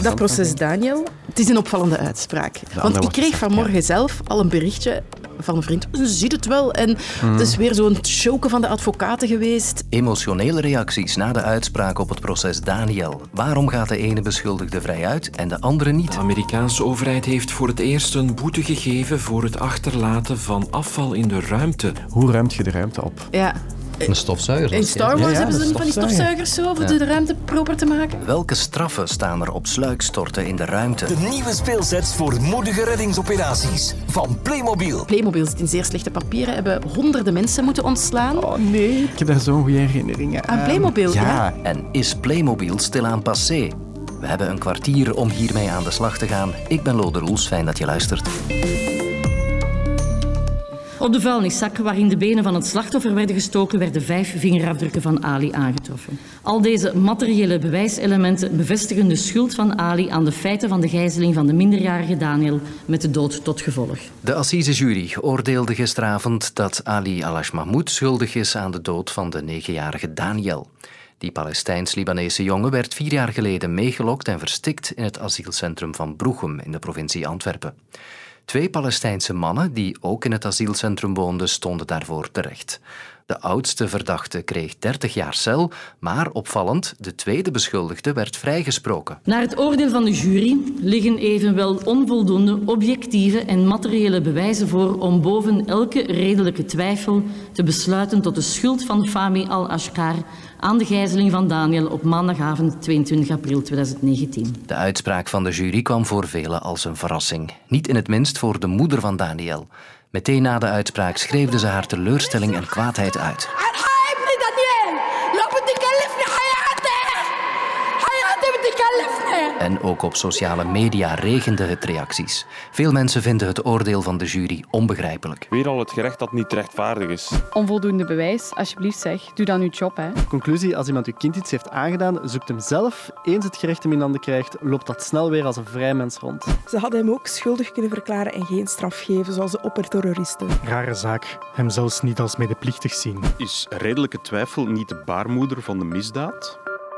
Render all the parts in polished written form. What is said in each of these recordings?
Dat proces Daniel, het is een opvallende uitspraak. Want ik kreeg vanmorgen zelf al een berichtje van een vriend. Ze ziet het wel. En het is weer zo'n choken van de advocaten geweest. Emotionele reacties na de uitspraak op het proces Daniel. Waarom gaat de ene beschuldigde vrij uit en de andere niet? De Amerikaanse overheid heeft voor het eerst een boete gegeven voor het achterlaten van afval in de ruimte. Hoe ruimt je de ruimte op? Ja. Een stofzuiger. In Star Wars hebben ze van die stofzuigers zo, om de ruimte proper te maken. Welke straffen staan er op sluikstorten in de ruimte? De nieuwe speelsets voor moedige reddingsoperaties van Playmobil. Playmobil zit in zeer slechte papieren, hebben honderden mensen moeten ontslaan. Oh nee, ik heb daar zo'n goede herinneringen aan. Aan Playmobil, ja. En is Playmobil stilaan passé? We hebben een kwartier om hiermee aan de slag te gaan. Ik ben Lode Roels, fijn dat je luistert. Op de vuilniszak waarin de benen van het slachtoffer werden gestoken, werden 5 vingerafdrukken van Ali aangetroffen. Al deze materiële bewijselementen bevestigen de schuld van Ali aan de feiten van de gijzeling van de minderjarige Daniel met de dood tot gevolg. De assisejury oordeelde gisteravond dat Ali Alash-Mahmoud schuldig is aan de dood van de 9-jarige Daniel. Die Palestijns-Libanese jongen werd 4 jaar geleden meegelokt en verstikt in het asielcentrum van Broeghem in de provincie Antwerpen. 2 Palestijnse mannen, die ook in het asielcentrum woonden, stonden daarvoor terecht. De oudste verdachte kreeg 30 jaar cel, maar opvallend, de tweede beschuldigde werd vrijgesproken. Naar het oordeel van de jury liggen evenwel onvoldoende objectieve en materiële bewijzen voor om boven elke redelijke twijfel te besluiten tot de schuld van Fahmy al-Ashqar aan de gijzeling van Daniel op maandagavond 22 april 2019. De uitspraak van de jury kwam voor velen als een verrassing. Niet in het minst voor de moeder van Daniel. Meteen na de uitspraak schreeuwde ze haar teleurstelling en kwaadheid uit. En ook op sociale media regende het reacties. Veel mensen vinden het oordeel van de jury onbegrijpelijk. Weer al het gerecht dat niet rechtvaardig is. Onvoldoende bewijs, alsjeblieft zeg, doe dan uw job. Hè. Conclusie, als iemand uw kind iets heeft aangedaan, zoekt hem zelf. Eens het gerecht hem in handen krijgt, loopt dat snel weer als een vrij mens rond. Ze hadden hem ook schuldig kunnen verklaren en geen straf geven, zoals de opperterroristen. Rare zaak, hem zelfs niet als medeplichtig zien. Is redelijke twijfel niet de baarmoeder van de misdaad?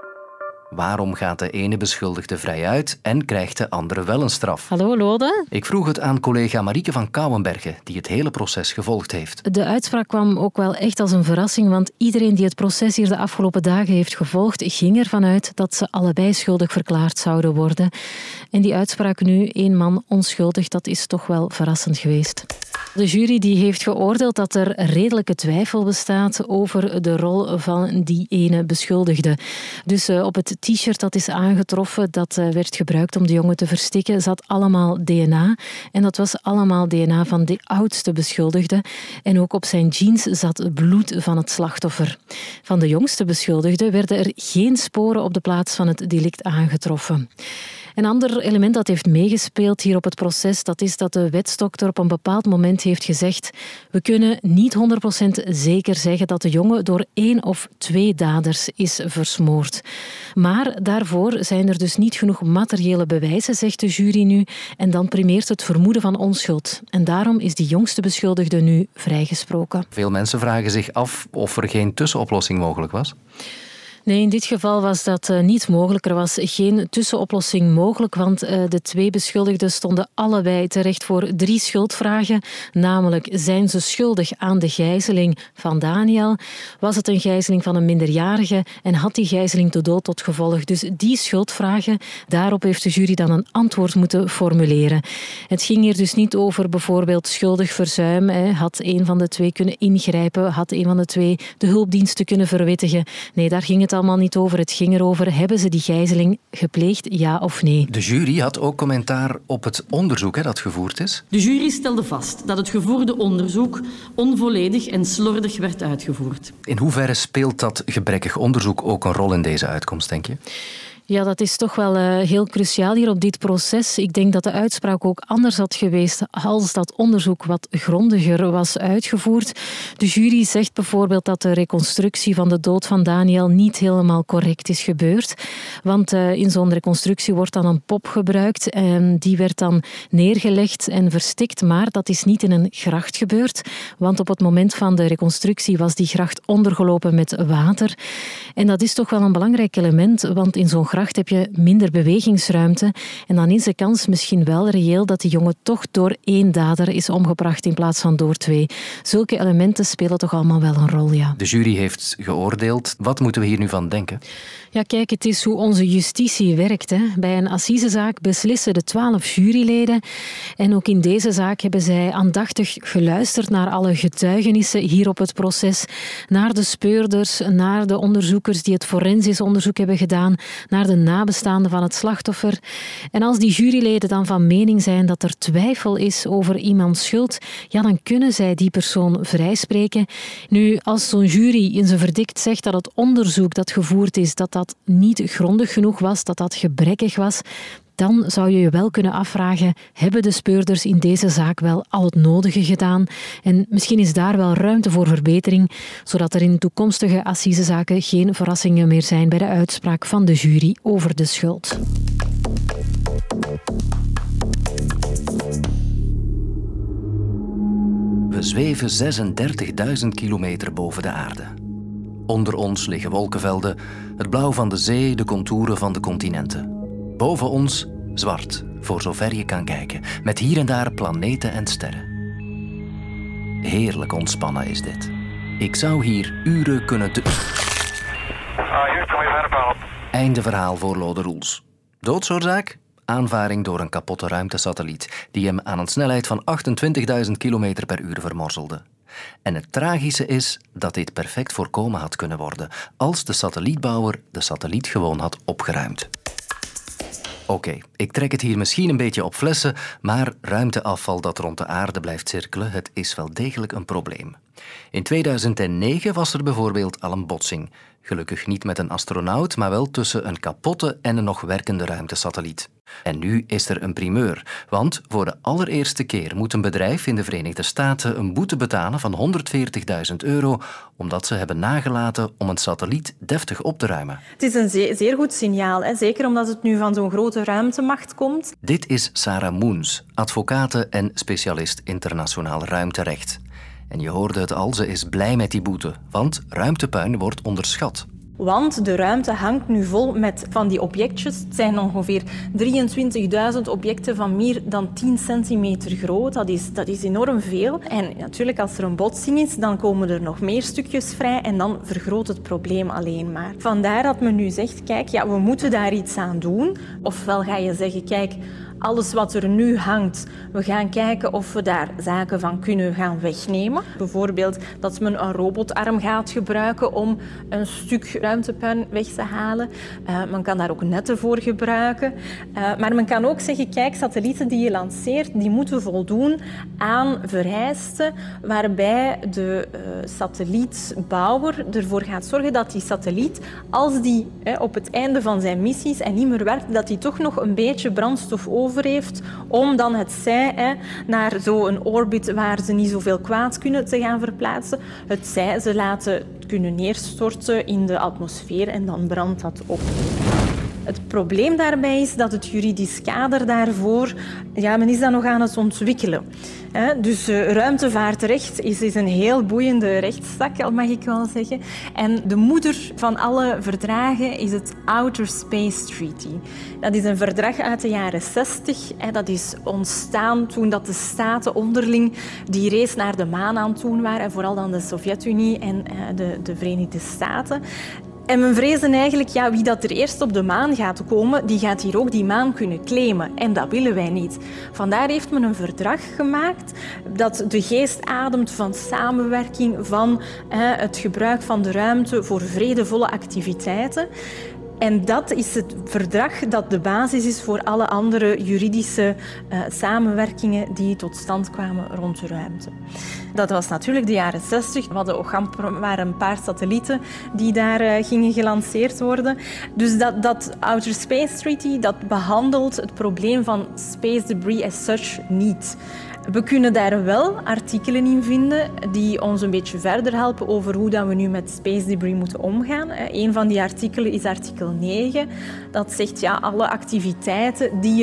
Waarom gaat de ene beschuldigde vrij uit en krijgt de andere wel een straf? Hallo Lode. Ik vroeg het aan collega Marieke van Kouwenbergen, die het hele proces gevolgd heeft. De uitspraak kwam ook wel echt als een verrassing, want iedereen die het proces hier de afgelopen dagen heeft gevolgd, ging ervan uit dat ze allebei schuldig verklaard zouden worden. En die uitspraak nu, 1 man onschuldig, dat is toch wel verrassend geweest. De jury die heeft geoordeeld dat er redelijke twijfel bestaat over de rol van die ene beschuldigde. Dus op het t-shirt dat is aangetroffen, dat werd gebruikt om de jongen te verstikken, zat allemaal DNA. En dat was allemaal DNA van de oudste beschuldigde. En ook op zijn jeans zat bloed van het slachtoffer. Van de jongste beschuldigde werden er geen sporen op de plaats van het delict aangetroffen. Een ander element dat heeft meegespeeld hier op het proces, dat is dat de wetsdokter op een bepaald moment heeft gezegd: we kunnen niet 100% zeker zeggen dat de jongen door 1 of 2 daders is versmoord. Maar daarvoor zijn er dus niet genoeg materiële bewijzen, zegt de jury nu, en dan primeert het vermoeden van onschuld. En daarom is die jongste beschuldigde nu vrijgesproken. Veel mensen vragen zich af of er geen tussenoplossing mogelijk was. Nee, in dit geval was dat niet mogelijk. Er was geen tussenoplossing mogelijk, want de 2 beschuldigden stonden allebei terecht voor 3 schuldvragen. Namelijk, zijn ze schuldig aan de gijzeling van Daniel? Was het een gijzeling van een minderjarige? En had die gijzeling de dood tot gevolg? Dus die schuldvragen, daarop heeft de jury dan een antwoord moeten formuleren. Het ging hier dus niet over bijvoorbeeld schuldig verzuim. Had een van de 2 kunnen ingrijpen? Had een van de 2 de hulpdiensten kunnen verwittigen? Nee, daar ging het allemaal niet over. Het ging erover, hebben ze die gijzeling gepleegd, ja of nee? De jury had ook commentaar op het onderzoek dat gevoerd is. De jury stelde vast dat het gevoerde onderzoek onvolledig en slordig werd uitgevoerd. In hoeverre speelt dat gebrekkig onderzoek ook een rol in deze uitkomst, denk je? Ja, dat is toch wel heel cruciaal hier op dit proces. Ik denk dat de uitspraak ook anders had geweest als dat onderzoek wat grondiger was uitgevoerd. De jury zegt bijvoorbeeld dat de reconstructie van de dood van Daniel niet helemaal correct is gebeurd. Want in zo'n reconstructie wordt dan een pop gebruikt. Die werd dan neergelegd en verstikt, maar dat is niet in een gracht gebeurd. Want op het moment van de reconstructie was die gracht ondergelopen met water. En dat is toch wel een belangrijk element, want in zo'n gracht heb je minder bewegingsruimte en dan is de kans misschien wel reëel dat die jongen toch door 1 dader is omgebracht in plaats van door 2. Zulke elementen spelen toch allemaal wel een rol, ja. De jury heeft geoordeeld. Wat moeten we hier nu van denken? Ja, kijk, het is hoe onze justitie werkt, hè. Bij een assisezaak beslissen de 12 juryleden en ook in deze zaak hebben zij aandachtig geluisterd naar alle getuigenissen hier op het proces, naar de speurders, naar de onderzoekers die het forensisch onderzoek hebben gedaan, naar de nabestaanden van het slachtoffer. En als die juryleden dan van mening zijn dat er twijfel is over iemands schuld, ja, dan kunnen zij die persoon vrijspreken. Nu, als zo'n jury in zijn verdict zegt dat het onderzoek dat gevoerd is, dat niet grondig genoeg was, dat dat gebrekkig was, dan zou je je wel kunnen afvragen, hebben de speurders in deze zaak wel al het nodige gedaan? En misschien is daar wel ruimte voor verbetering, zodat er in toekomstige assisezaken geen verrassingen meer zijn bij de uitspraak van de jury over de schuld. We zweven 36.000 kilometer boven de aarde. Onder ons liggen wolkenvelden, het blauw van de zee, de contouren van de continenten. Boven ons zwart, voor zover je kan kijken, met hier en daar planeten en sterren. Heerlijk ontspannen is dit. Ik zou hier uren kunnen Einde verhaal voor Lode Roels. Doodsoorzaak? Aanvaring door een kapotte ruimtesatelliet die hem aan een snelheid van 28.000 km per uur vermorzelde. En het tragische is dat dit perfect voorkomen had kunnen worden als de satellietbouwer de satelliet gewoon had opgeruimd. Oké, ik trek het hier misschien een beetje op flessen, maar ruimteafval dat rond de aarde blijft cirkelen, het is wel degelijk een probleem. In 2009 was er bijvoorbeeld al een botsing. Gelukkig niet met een astronaut, maar wel tussen een kapotte en een nog werkende ruimtesatelliet. En nu is er een primeur, want voor de allereerste keer moet een bedrijf in de Verenigde Staten een boete betalen van €140.000 omdat ze hebben nagelaten om een satelliet deftig op te ruimen. Het is een zeer goed signaal, hè? Zeker omdat het nu van zo'n grote ruimtemacht komt. Dit is Sarah Moens, advocate en specialist internationaal ruimterecht. En je hoorde het al, ze is blij met die boete, want ruimtepuin wordt onderschat. Want de ruimte hangt nu vol met van die objectjes. Het zijn ongeveer 23.000 objecten van meer dan 10 centimeter groot. Dat is enorm veel. En natuurlijk, als er een botsing is, dan komen er nog meer stukjes vrij en dan vergroot het probleem alleen maar. Vandaar dat men nu zegt, kijk, ja, we moeten daar iets aan doen. Ofwel ga je zeggen, kijk, alles wat er nu hangt, we gaan kijken of we daar zaken van kunnen gaan wegnemen. Bijvoorbeeld dat men een robotarm gaat gebruiken om een stuk ruimtepuin weg te halen. Men kan daar ook netten voor gebruiken. Maar men kan ook zeggen, kijk, satellieten die je lanceert, die moeten voldoen aan vereisten waarbij de satellietbouwer ervoor gaat zorgen dat die satelliet, als die op het einde van zijn missies en niet meer werkt, dat die toch nog een beetje brandstof over heeft om dan het zij naar zo'n orbit waar ze niet zoveel kwaad kunnen te gaan verplaatsen. Het zij ze laten kunnen neerstorten in de atmosfeer en dan brandt dat op. Het probleem daarbij is dat het juridisch kader daarvoor, ja, men is dat nog aan het ontwikkelen. Dus ruimtevaartrecht is een heel boeiende rechtstak, mag ik wel zeggen. En de moeder van alle verdragen is het Outer Space Treaty. Dat is een verdrag uit de jaren 60. Dat is ontstaan toen dat de staten onderling die race naar de maan aan het doen waren. Vooral dan de Sovjet-Unie en de Verenigde Staten. En men vreesde eigenlijk, ja, wie dat er eerst op de maan gaat komen, die gaat hier ook die maan kunnen claimen. En dat willen wij niet. Vandaar heeft men een verdrag gemaakt dat de geest ademt van samenwerking, van het gebruik van de ruimte voor vredevolle activiteiten. En dat is het verdrag dat de basis is voor alle andere juridische samenwerkingen die tot stand kwamen rond de ruimte. Dat was natuurlijk de jaren 60. We hadden ook maar een paar satellieten die daar gingen gelanceerd worden. Dus dat Outer Space Treaty dat behandelt het probleem van space debris as such niet. We kunnen daar wel artikelen in vinden die ons een beetje verder helpen over hoe dat we nu met space debris moeten omgaan. Een van die artikelen is artikel 9. Dat zegt, ja, alle activiteiten die je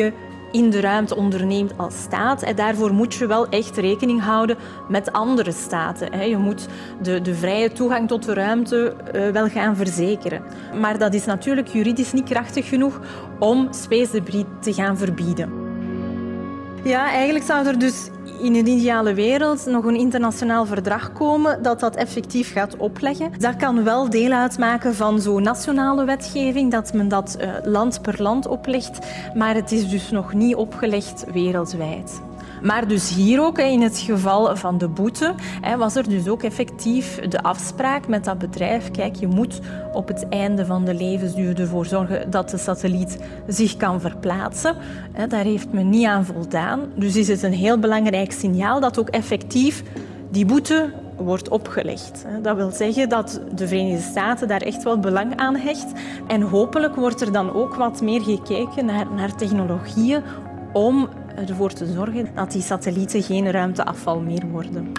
in de ruimte onderneemt als staat. En daarvoor moet je wel echt rekening houden met andere staten. Je moet de vrije toegang tot de ruimte wel gaan verzekeren. Maar dat is natuurlijk juridisch niet krachtig genoeg om space debris te gaan verbieden. Ja, eigenlijk zou er dus in een ideale wereld nog een internationaal verdrag komen dat effectief gaat opleggen. Dat kan wel deel uitmaken van zo'n nationale wetgeving, dat men dat land per land oplegt, maar het is dus nog niet opgelegd wereldwijd. Maar dus hier ook, in het geval van de boete, was er dus ook effectief de afspraak met dat bedrijf. Kijk, je moet op het einde van de levensduur ervoor zorgen dat de satelliet zich kan verplaatsen. Daar heeft men niet aan voldaan. Dus is het een heel belangrijk signaal dat ook effectief die boete wordt opgelegd. Dat wil zeggen dat de Verenigde Staten daar echt wel belang aan hecht. En hopelijk wordt er dan ook wat meer gekeken naar technologieën om ervoor te zorgen dat die satellieten geen ruimteafval meer worden.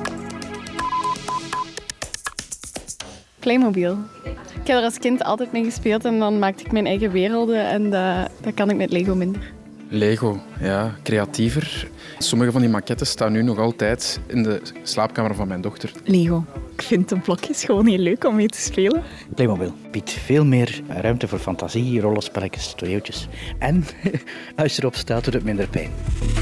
Playmobil. Ik heb er als kind altijd mee gespeeld en dan maakte ik mijn eigen werelden en dat kan ik met Lego minder. Lego, ja, creatiever. Sommige van die maquettes staan nu nog altijd in de slaapkamer van mijn dochter. Lego. Ik vind de blokjes gewoon heel leuk om mee te spelen. Playmobil biedt veel meer ruimte voor fantasie, rollenspelletjes, toneeltjes. En als je erop staat, doet het minder pijn.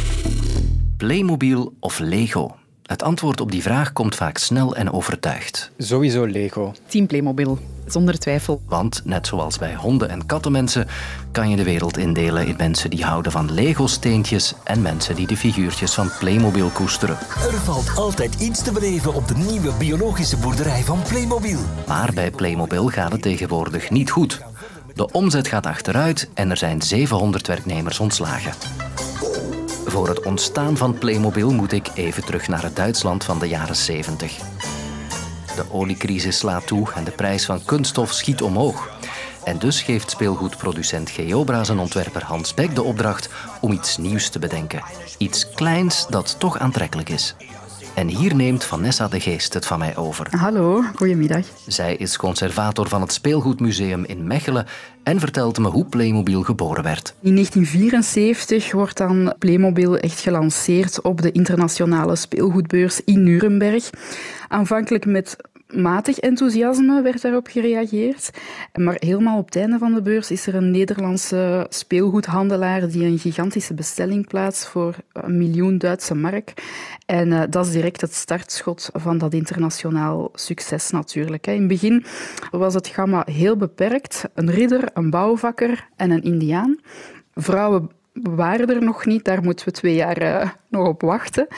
Playmobil of Lego? Het antwoord op die vraag komt vaak snel en overtuigd. Sowieso Lego. Team Playmobil, zonder twijfel. Want, net zoals bij honden- en kattenmensen, kan je de wereld indelen in mensen die houden van Lego-steentjes en mensen die de figuurtjes van Playmobil koesteren. Er valt altijd iets te beleven op de nieuwe biologische boerderij van Playmobil. Maar bij Playmobil gaat het tegenwoordig niet goed. De omzet gaat achteruit en er zijn 700 werknemers ontslagen. Voor het ontstaan van Playmobil moet ik even terug naar het Duitsland van de jaren 70. De oliecrisis slaat toe en de prijs van kunststof schiet omhoog. En dus geeft speelgoedproducent Geobra zijn ontwerper Hans Beck de opdracht om iets nieuws te bedenken. Iets kleins dat toch aantrekkelijk is. En hier neemt Vanessa de Geest het van mij over. Hallo, goedemiddag. Zij is conservator van het Speelgoedmuseum in Mechelen en vertelt me hoe Playmobil geboren werd. In 1974 wordt dan Playmobil echt gelanceerd op de internationale speelgoedbeurs in Nuremberg. Aanvankelijk met matig enthousiasme werd daarop gereageerd. Maar helemaal op het einde van de beurs is er een Nederlandse speelgoedhandelaar die een gigantische bestelling plaatst voor 1 miljoen Duitse mark. En dat is direct het startschot van dat internationaal succes natuurlijk. In het begin was het gamma heel beperkt. Een ridder, een bouwvakker en een indiaan. Vrouwen waren er nog niet, daar moeten we 2 jaar nog op wachten.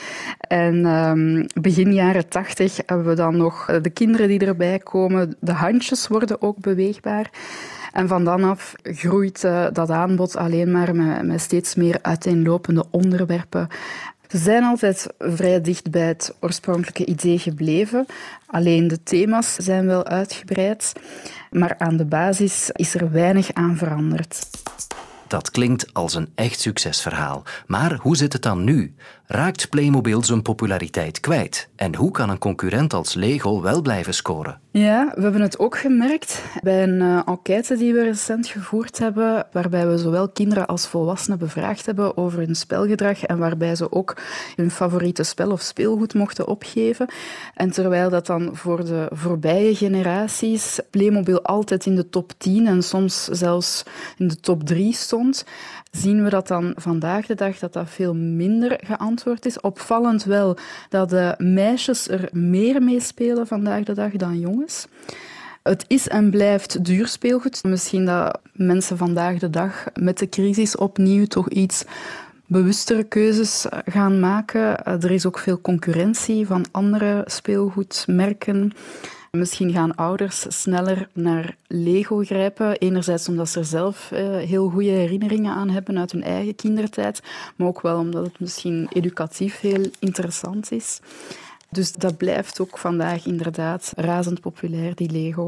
En begin jaren 80 hebben we dan nog de kinderen die erbij komen. De handjes worden ook beweegbaar. En van dan af groeit dat aanbod alleen maar met steeds meer uiteenlopende onderwerpen. Ze zijn altijd vrij dicht bij het oorspronkelijke idee gebleven. Alleen de thema's zijn wel uitgebreid. Maar aan de basis is er weinig aan veranderd. Dat klinkt als een echt succesverhaal. Maar hoe zit het dan nu? Raakt Playmobil zijn populariteit kwijt? En hoe kan een concurrent als Lego wel blijven scoren? Ja, we hebben het ook gemerkt bij een enquête die we recent gevoerd hebben, waarbij we zowel kinderen als volwassenen bevraagd hebben over hun spelgedrag en waarbij ze ook hun favoriete spel of speelgoed mochten opgeven. En terwijl dat dan voor de voorbije generaties Playmobil altijd in de top 10 en soms zelfs in de top 3 stond, zien we dat dan vandaag de dag dat veel minder geantwoord is. Opvallend wel dat de meisjes er meer mee spelen vandaag de dag dan jongens. Het is en blijft duur speelgoed. Misschien dat mensen vandaag de dag met de crisis opnieuw toch iets bewustere keuzes gaan maken. Er is ook veel concurrentie van andere speelgoedmerken. Misschien gaan ouders sneller naar Lego grijpen. Enerzijds omdat ze er zelf heel goede herinneringen aan hebben uit hun eigen kindertijd, maar ook wel omdat het misschien educatief heel interessant is. Dus dat blijft ook vandaag inderdaad razend populair, die Lego.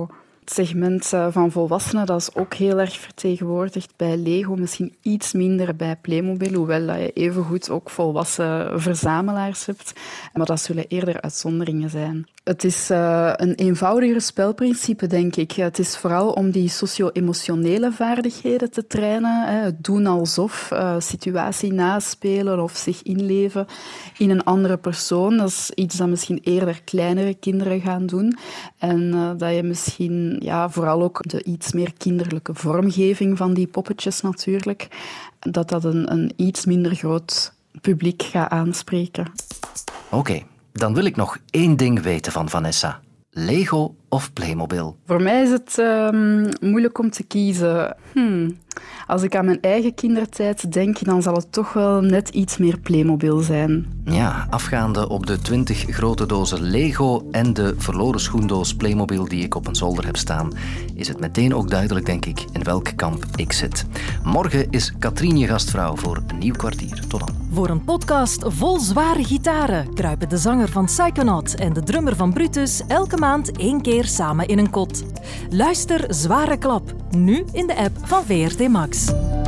Het segment van volwassenen, dat is ook heel erg vertegenwoordigd bij Lego, misschien iets minder bij Playmobil, hoewel je evengoed ook volwassen verzamelaars hebt. Maar dat zullen eerder uitzonderingen zijn. Het is een eenvoudiger spelprincipe, denk ik. Het is vooral om die socio-emotionele vaardigheden te trainen. Het doen alsof, situatie naspelen of zich inleven in een andere persoon. Dat is iets dat misschien eerder kleinere kinderen gaan doen. En dat je misschien vooral ook de iets meer kinderlijke vormgeving van die poppetjes natuurlijk, dat een iets minder groot publiek gaat aanspreken. Oké, dan wil ik nog 1 ding weten van Vanessa. Lego of Playmobil? Voor mij is het moeilijk om te kiezen. Als ik aan mijn eigen kindertijd denk, dan zal het toch wel net iets meer Playmobil zijn. Ja, afgaande op de 20 grote dozen Lego en de verloren schoendoos Playmobil die ik op een zolder heb staan, is het meteen ook duidelijk, denk ik, in welk kamp ik zit. Morgen is Katrien je gastvrouw voor een nieuw kwartier. Tot dan. Voor een podcast vol zware gitaren kruipen de zanger van Psychonaut en de drummer van Brutus elke maand 1 keer samen in een kot. Luister Zware Klap, nu in de app van VRT Max.